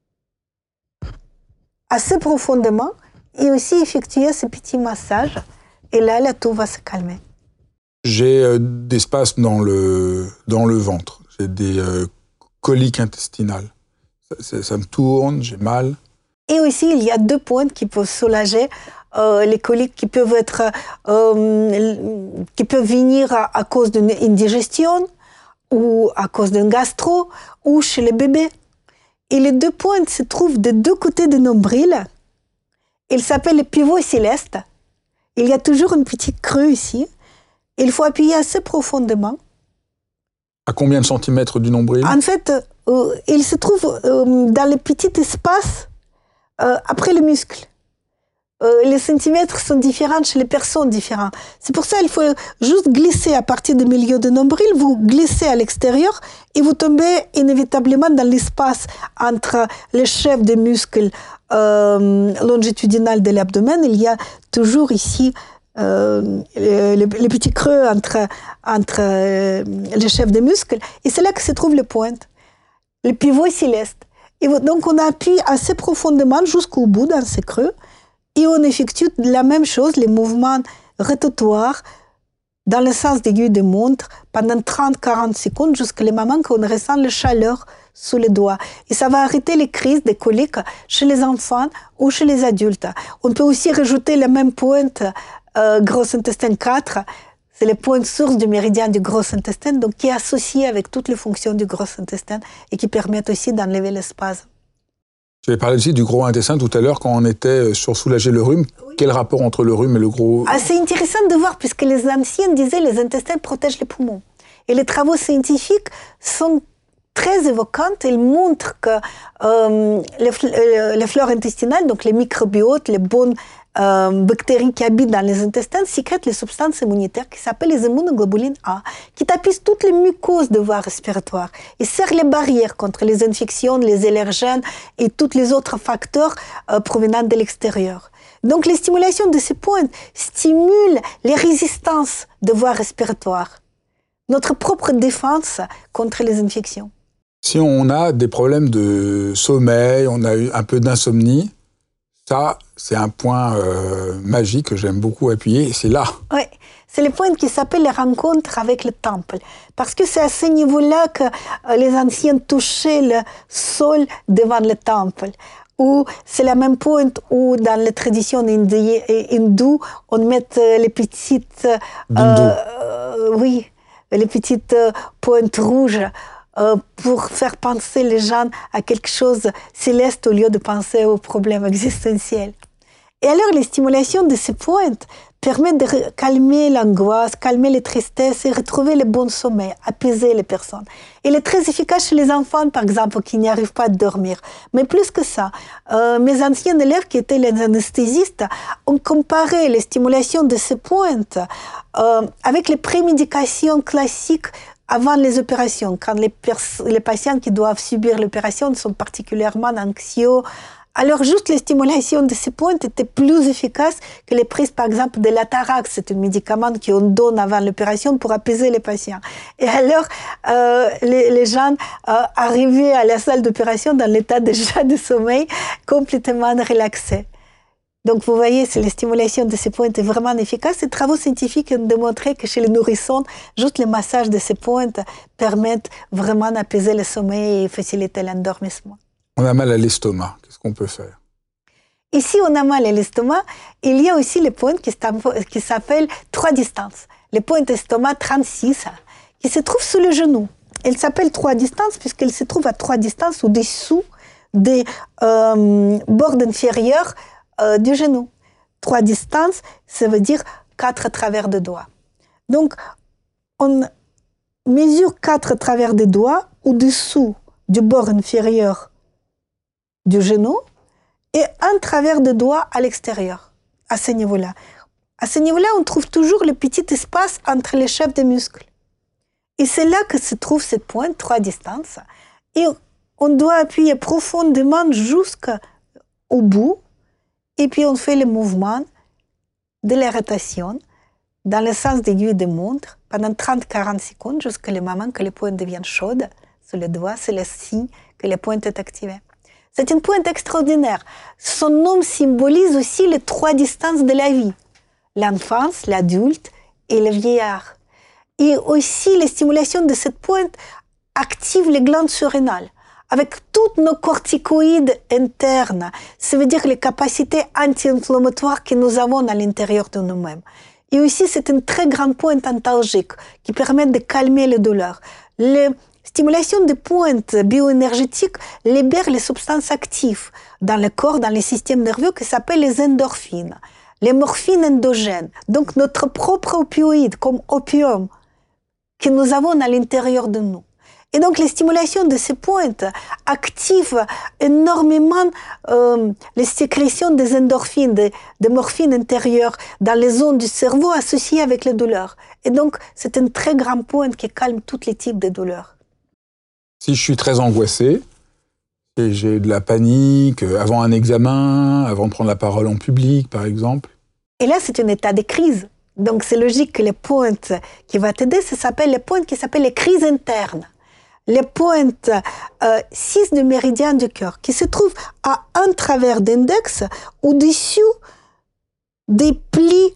Assez profondément, et aussi effectuer ce petit massage. Et là, la toux va se calmer. J'ai des spasmes dans le ventre. J'ai des coliques intestinales. Ça me tourne, j'ai mal. Et aussi, il y a 2 pointes qui peuvent soulager les coliques qui peuvent venir à cause d'une indigestion, ou à cause d'un gastro, ou chez les bébés. Et les 2 pointes se trouvent des 2 côtés du nombril. Ils s'appellent le pivot céleste. Il y a toujours une petite creux ici. Il faut appuyer assez profondément. À combien de centimètres du nombril? En fait, il se trouve dans le petit espace après le muscle. Les centimètres sont différents chez les personnes différentes. C'est pour ça qu'il faut juste glisser à partir du milieu du nombril, vous glissez à l'extérieur et vous tombez inévitablement dans l'espace entre les chefs des muscles longitudinales de l'abdomen. Il y a toujours ici les petits creux entre les chefs des muscles et c'est là que se trouve le point, le pivot céleste. Et donc on appuie assez profondément jusqu'au bout dans ces creux. Et on effectue la même chose, les mouvements rotatoires dans le sens d'aiguille de montre pendant 30-40 secondes jusqu'à le moment qu'on ressent la chaleur sous les doigts. Et ça va arrêter les crises de coliques chez les enfants ou chez les adultes. On peut aussi rajouter la même pointe gros intestin 4. C'est le point source du méridien du gros intestin, donc qui est associé avec toutes les fonctions du gros intestin et qui permettent aussi d'enlever les spasmes. Tu avais parlé aussi du gros intestin tout à l'heure quand on était sur soulager le rhume. Oui. Quel rapport entre le rhume et le gros... C'est intéressant de voir, puisque les anciens disaient que les intestins protègent les poumons. Et les travaux scientifiques sont très évoquants. Ils montrent que les flores intestinales, donc les microbiotes, les bonnes bactéries qui habitent dans les intestins, sécrètent les substances immunitaires qui s'appellent les immunoglobulines A, qui tapissent toutes les mucoses de voies respiratoires et serrent les barrières contre les infections, les allergènes et tous les autres facteurs provenant de l'extérieur. Donc, les stimulations de ces points stimulent les résistances de voies respiratoires, notre propre défense contre les infections. Si on a des problèmes de sommeil, on a eu un peu d'insomnie, ça, c'est un point magique que j'aime beaucoup appuyer, et c'est là. Oui, c'est le point qui s'appelle la rencontre avec le temple. Parce que c'est à ce niveau-là que les anciens touchaient le sol devant le temple. Ou c'est la même pointe où, dans les traditions hindoues, on met les petites... les petites pointes rouges pour faire penser les gens à quelque chose de céleste au lieu de penser aux problèmes existentiels. Et alors, les stimulations de ces pointes permettent de calmer l'angoisse, calmer les tristesses et retrouver le bon sommeil, apaiser les personnes. Il est très efficace chez les enfants, par exemple, qui n'y arrivent pas à dormir. Mais plus que ça, mes anciens élèves qui étaient les anesthésistes ont comparé les stimulations de ces pointes avec les prémédications classiques avant les opérations, quand les patients qui doivent subir l'opération sont particulièrement anxieux. Alors, juste les stimulations de ces pointes étaient plus efficaces que les prises, par exemple, de l'atarax. C'est un médicament qu'on donne avant l'opération pour apaiser les patients. Et alors, les gens arrivaient à la salle d'opération dans l'état déjà de sommeil, complètement relaxés. Donc, vous voyez, les stimulations de ces pointes sont vraiment efficaces. Les travaux scientifiques ont démontré que chez les nourrissons, juste le massage de ces pointes permettent vraiment d'apaiser le sommeil et faciliter l'endormissement. On a mal à l'estomac, qu'est-ce qu'on peut faire? Ici, on a mal à l'estomac. Il y a aussi les pointes qui s'appellent 3 distances. Les pointes estomac 36, qui se trouvent sous le genou. Elles s'appellent 3 distances puisqu'elles se trouvent à 3 distances au-dessous des bords inférieurs du genou. 3 distances, ça veut dire 4 travers de doigts. Donc, on mesure 4 travers de doigts au-dessous du bord inférieur du genou et un travers de doigt à l'extérieur, à ce niveau-là. À ce niveau-là, on trouve toujours le petit espace entre les chefs de muscles. Et c'est là que se trouve cette pointe, 3 distances. Et on doit appuyer profondément jusqu'au bout. Et puis, on fait le mouvement de la rotation dans le sens d'aiguille de montre pendant 30-40 secondes jusqu'à le moment que les pointes deviennent chaudes sur le doigt. C'est le signe que la pointe est activée. C'est une pointe extraordinaire. Son nom symbolise aussi les 3 distances de la vie. L'enfance, l'adulte et le vieillard. Et aussi, les stimulations de cette pointe activent les glandes surrénales. Avec toutes nos corticoïdes internes, ça veut dire les capacités anti-inflammatoires que nous avons à l'intérieur de nous-mêmes. Et aussi, c'est une très grande pointe antalgique qui permet de calmer les douleurs. Les stimulations de pointes bioénergétiques libèrent les substances actives dans le corps, dans les systèmes nerveux qui s'appellent les endorphines, les morphines endogènes, donc notre propre opioïde comme opium que nous avons à l'intérieur de nous. Et donc, les stimulations de ces pointes activent énormément les sécrétions des endorphines, des morphines intérieures dans les zones du cerveau associées avec les douleurs. Et donc, c'est une très grande pointe qui calme tous les types de douleurs. Si je suis très angoissé, et j'ai de la panique avant un examen, avant de prendre la parole en public, par exemple. Et là, c'est un état de crise. Donc, c'est logique que les pointes qui vont t'aider, ça s'appelle les pointes qui s'appellent les crises internes. Les pointes 6 du méridien du cœur, qui se trouvent à un travers d'index au-dessus des plis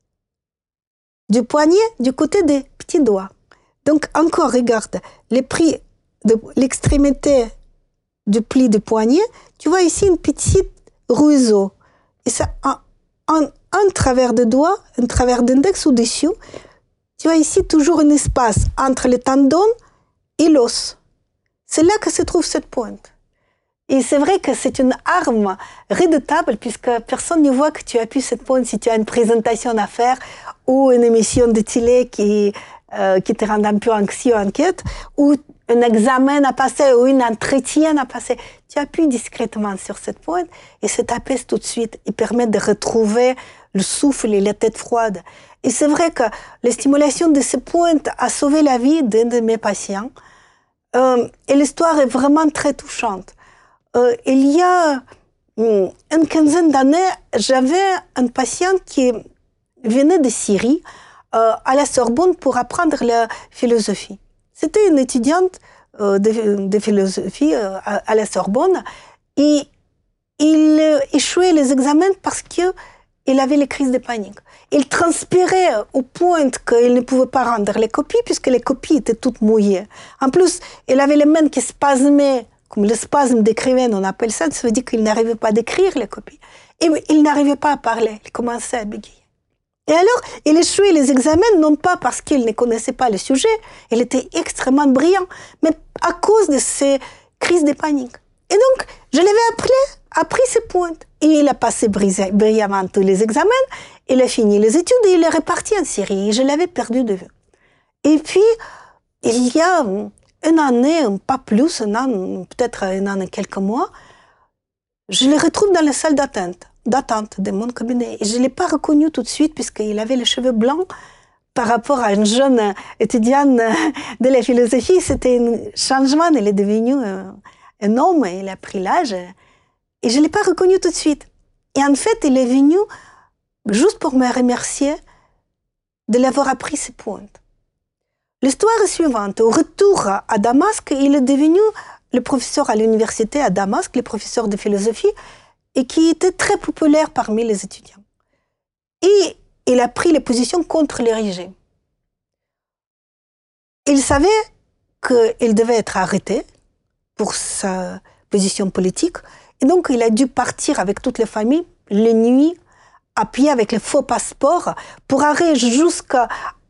du poignet du côté des petits doigts. Donc, encore, regarde, les plis de l'extrémité du pli du poignet, tu vois ici une petite ruisseau. Et c'est un travers de doigt, un travers d'index au-dessus. Tu vois ici toujours un espace entre les tendons et l'os. C'est là que se trouve cette pointe. Et c'est vrai que c'est une arme redoutable puisque personne ne voit que tu appuies cette pointe si tu as une présentation à faire ou une émission de télé qui te rend un peu anxieux, inquiète, ou un examen à passer ou un entretien à passer. Tu appuies discrètement sur cette pointe et ça t'apaise tout de suite et permet de retrouver le souffle et la tête froide. Et c'est vrai que la stimulation de ces pointes a sauvé la vie d'un de mes patients. Et l'histoire est vraiment très touchante. Il y a une quinzaine d'années, j'avais un patient qui venait de Syrie à la Sorbonne pour apprendre la philosophie. C'était une étudiante de philosophie à la Sorbonne et il échouait les examens parce qu'il avait les crises de panique. Il transpirait au point qu'il ne pouvait pas rendre les copies puisque les copies étaient toutes mouillées. En plus, il avait les mains qui spasmaient, comme le spasme d'écrivain, on appelle ça, ça veut dire qu'il n'arrivait pas à écrire les copies. Et il n'arrivait pas à parler, il commençait à bégayer. Et alors, il échouait les examens, non pas parce qu'il ne connaissait pas le sujet, il était extrêmement brillant, mais à cause de ces crises de panique. Et donc, je l'avais appris ces pointes. Et il a passé brillamment tous les examens, il a fini les études et il est reparti en Syrie. Et je l'avais perdu de vue. Et puis, il y a une année, pas plus, peut-être un an et quelques mois, je le retrouve dans la salle d'attente de mon cabinet. Et je ne l'ai pas reconnu tout de suite puisqu'il avait les cheveux blancs. Par rapport à une jeune étudiante de la philosophie, c'était un changement. Il est devenu un homme, il a pris l'âge. Et je ne l'ai pas reconnu tout de suite. Et en fait, il est venu juste pour me remercier de l'avoir appris ces pointes. L'histoire est suivante. Au retour à Damas, il est devenu le professeur à l'université à Damas, le professeur de philosophie, et qui était très populaire parmi les étudiants. Et il a pris les positions contre les régimes. Il savait qu'il devait être arrêté pour sa position politique, et donc il a dû partir avec toute la famille, les nuits, à pied avec le faux passeport, pour arriver jusqu'à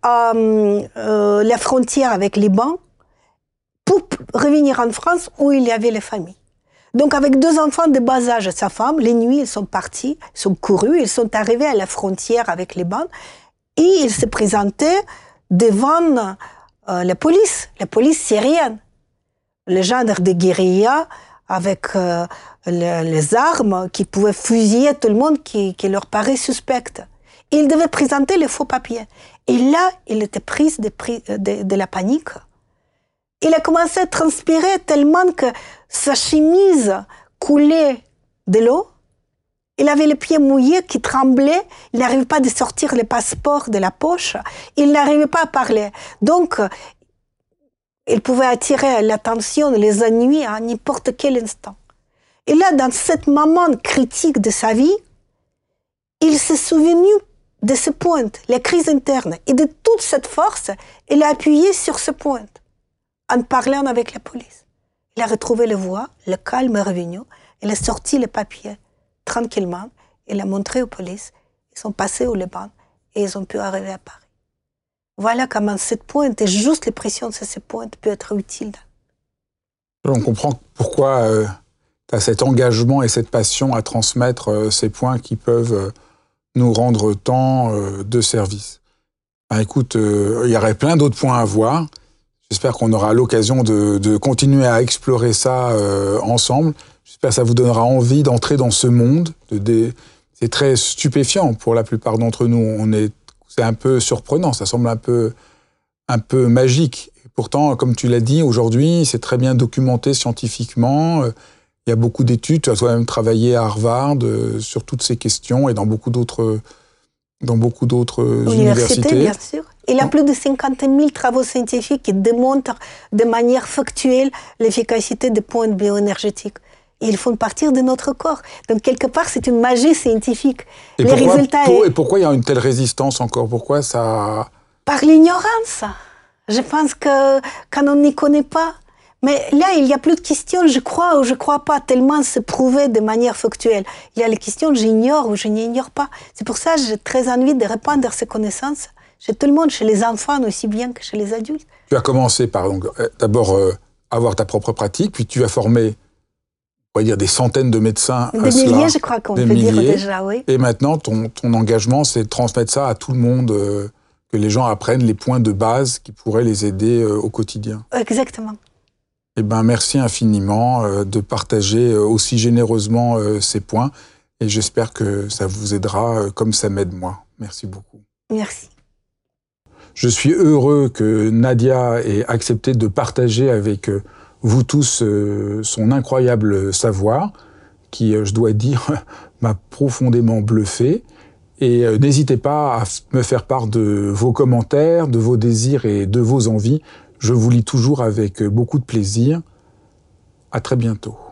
la frontière avec le Liban, pour revenir en France où il y avait les familles. Donc avec 2 enfants de bas âge, sa femme, les nuits, ils sont partis, ils sont courus, ils sont arrivés à la frontière avec le Liban, et ils se présentaient devant la police syrienne. Les gendarmes de guérilla avec les armes qui pouvaient fusiller tout le monde qui leur paraît suspect. Ils devaient présenter les faux papiers. Et là, il était pris de la panique. Il a commencé à transpirer tellement que sa chemise coulait de l'eau. Il avait les pieds mouillés qui tremblaient. Il n'arrivait pas à sortir le passeport de la poche. Il n'arrivait pas à parler. Donc, il pouvait attirer l'attention, les ennuis à n'importe quel instant. Et là, dans cette moment critique de sa vie, il s'est souvenu de ce point, la crise interne. Et de toute cette force, il a appuyé sur ce point, en parlant avec la police. Il a retrouvé la voix, le calme est revenu. Il a sorti les papiers tranquillement. Il a montré aux polices. Ils sont passés au Liban et ils ont pu arriver à Paris. Voilà comment cette pointe, et juste les pressions de cette pointe, peut être utile. On comprend pourquoi tu as cet engagement et cette passion à transmettre ces points qui peuvent nous rendre tant de service. Ben, écoute, il y aurait plein d'autres points à voir. J'espère qu'on aura l'occasion de continuer à explorer ça ensemble. J'espère que ça vous donnera envie d'entrer dans ce monde. C'est très stupéfiant pour la plupart d'entre nous. C'est un peu surprenant, ça semble un peu magique. Et pourtant, comme tu l'as dit, aujourd'hui, c'est très bien documenté scientifiquement. Il y a beaucoup d'études. Tu as toi-même travaillé à Harvard sur toutes ces questions et dans beaucoup d'autres universités. Bien sûr. Il y a plus de 50 000 travaux scientifiques qui démontrent de manière factuelle l'efficacité des points bioénergétiques. Et ils font partie de notre corps. Donc, quelque part, c'est une magie scientifique. Et pourquoi il y a une telle résistance encore? Pourquoi ça... Par l'ignorance. Je pense que quand on n'y connaît pas... Mais là, il n'y a plus de questions, je crois ou je ne crois pas, tellement c'est prouvé de manière factuelle. Il y a les questions, j'ignore ou je n'ignore pas. C'est pour ça que j'ai très envie de répandre ces connaissances chez tout le monde, chez les enfants aussi bien que chez les adultes. Tu as commencé par d'abord avoir ta propre pratique, puis tu as formé, on va dire, des centaines de médecins. Des milliers, je crois qu'on peut dire déjà, oui. Et maintenant, ton engagement, c'est de transmettre ça à tout le monde, que les gens apprennent les points de base qui pourraient les aider au quotidien. Exactement. Eh ben, merci infiniment de partager aussi généreusement ces points. Et j'espère que ça vous aidera comme ça m'aide moi. Merci beaucoup. Merci. Je suis heureux que Nadia ait accepté de partager avec vous tous son incroyable savoir, qui, je dois dire, m'a profondément bluffé. Et n'hésitez pas à me faire part de vos commentaires, de vos désirs et de vos envies. Je vous lis toujours avec beaucoup de plaisir. À très bientôt.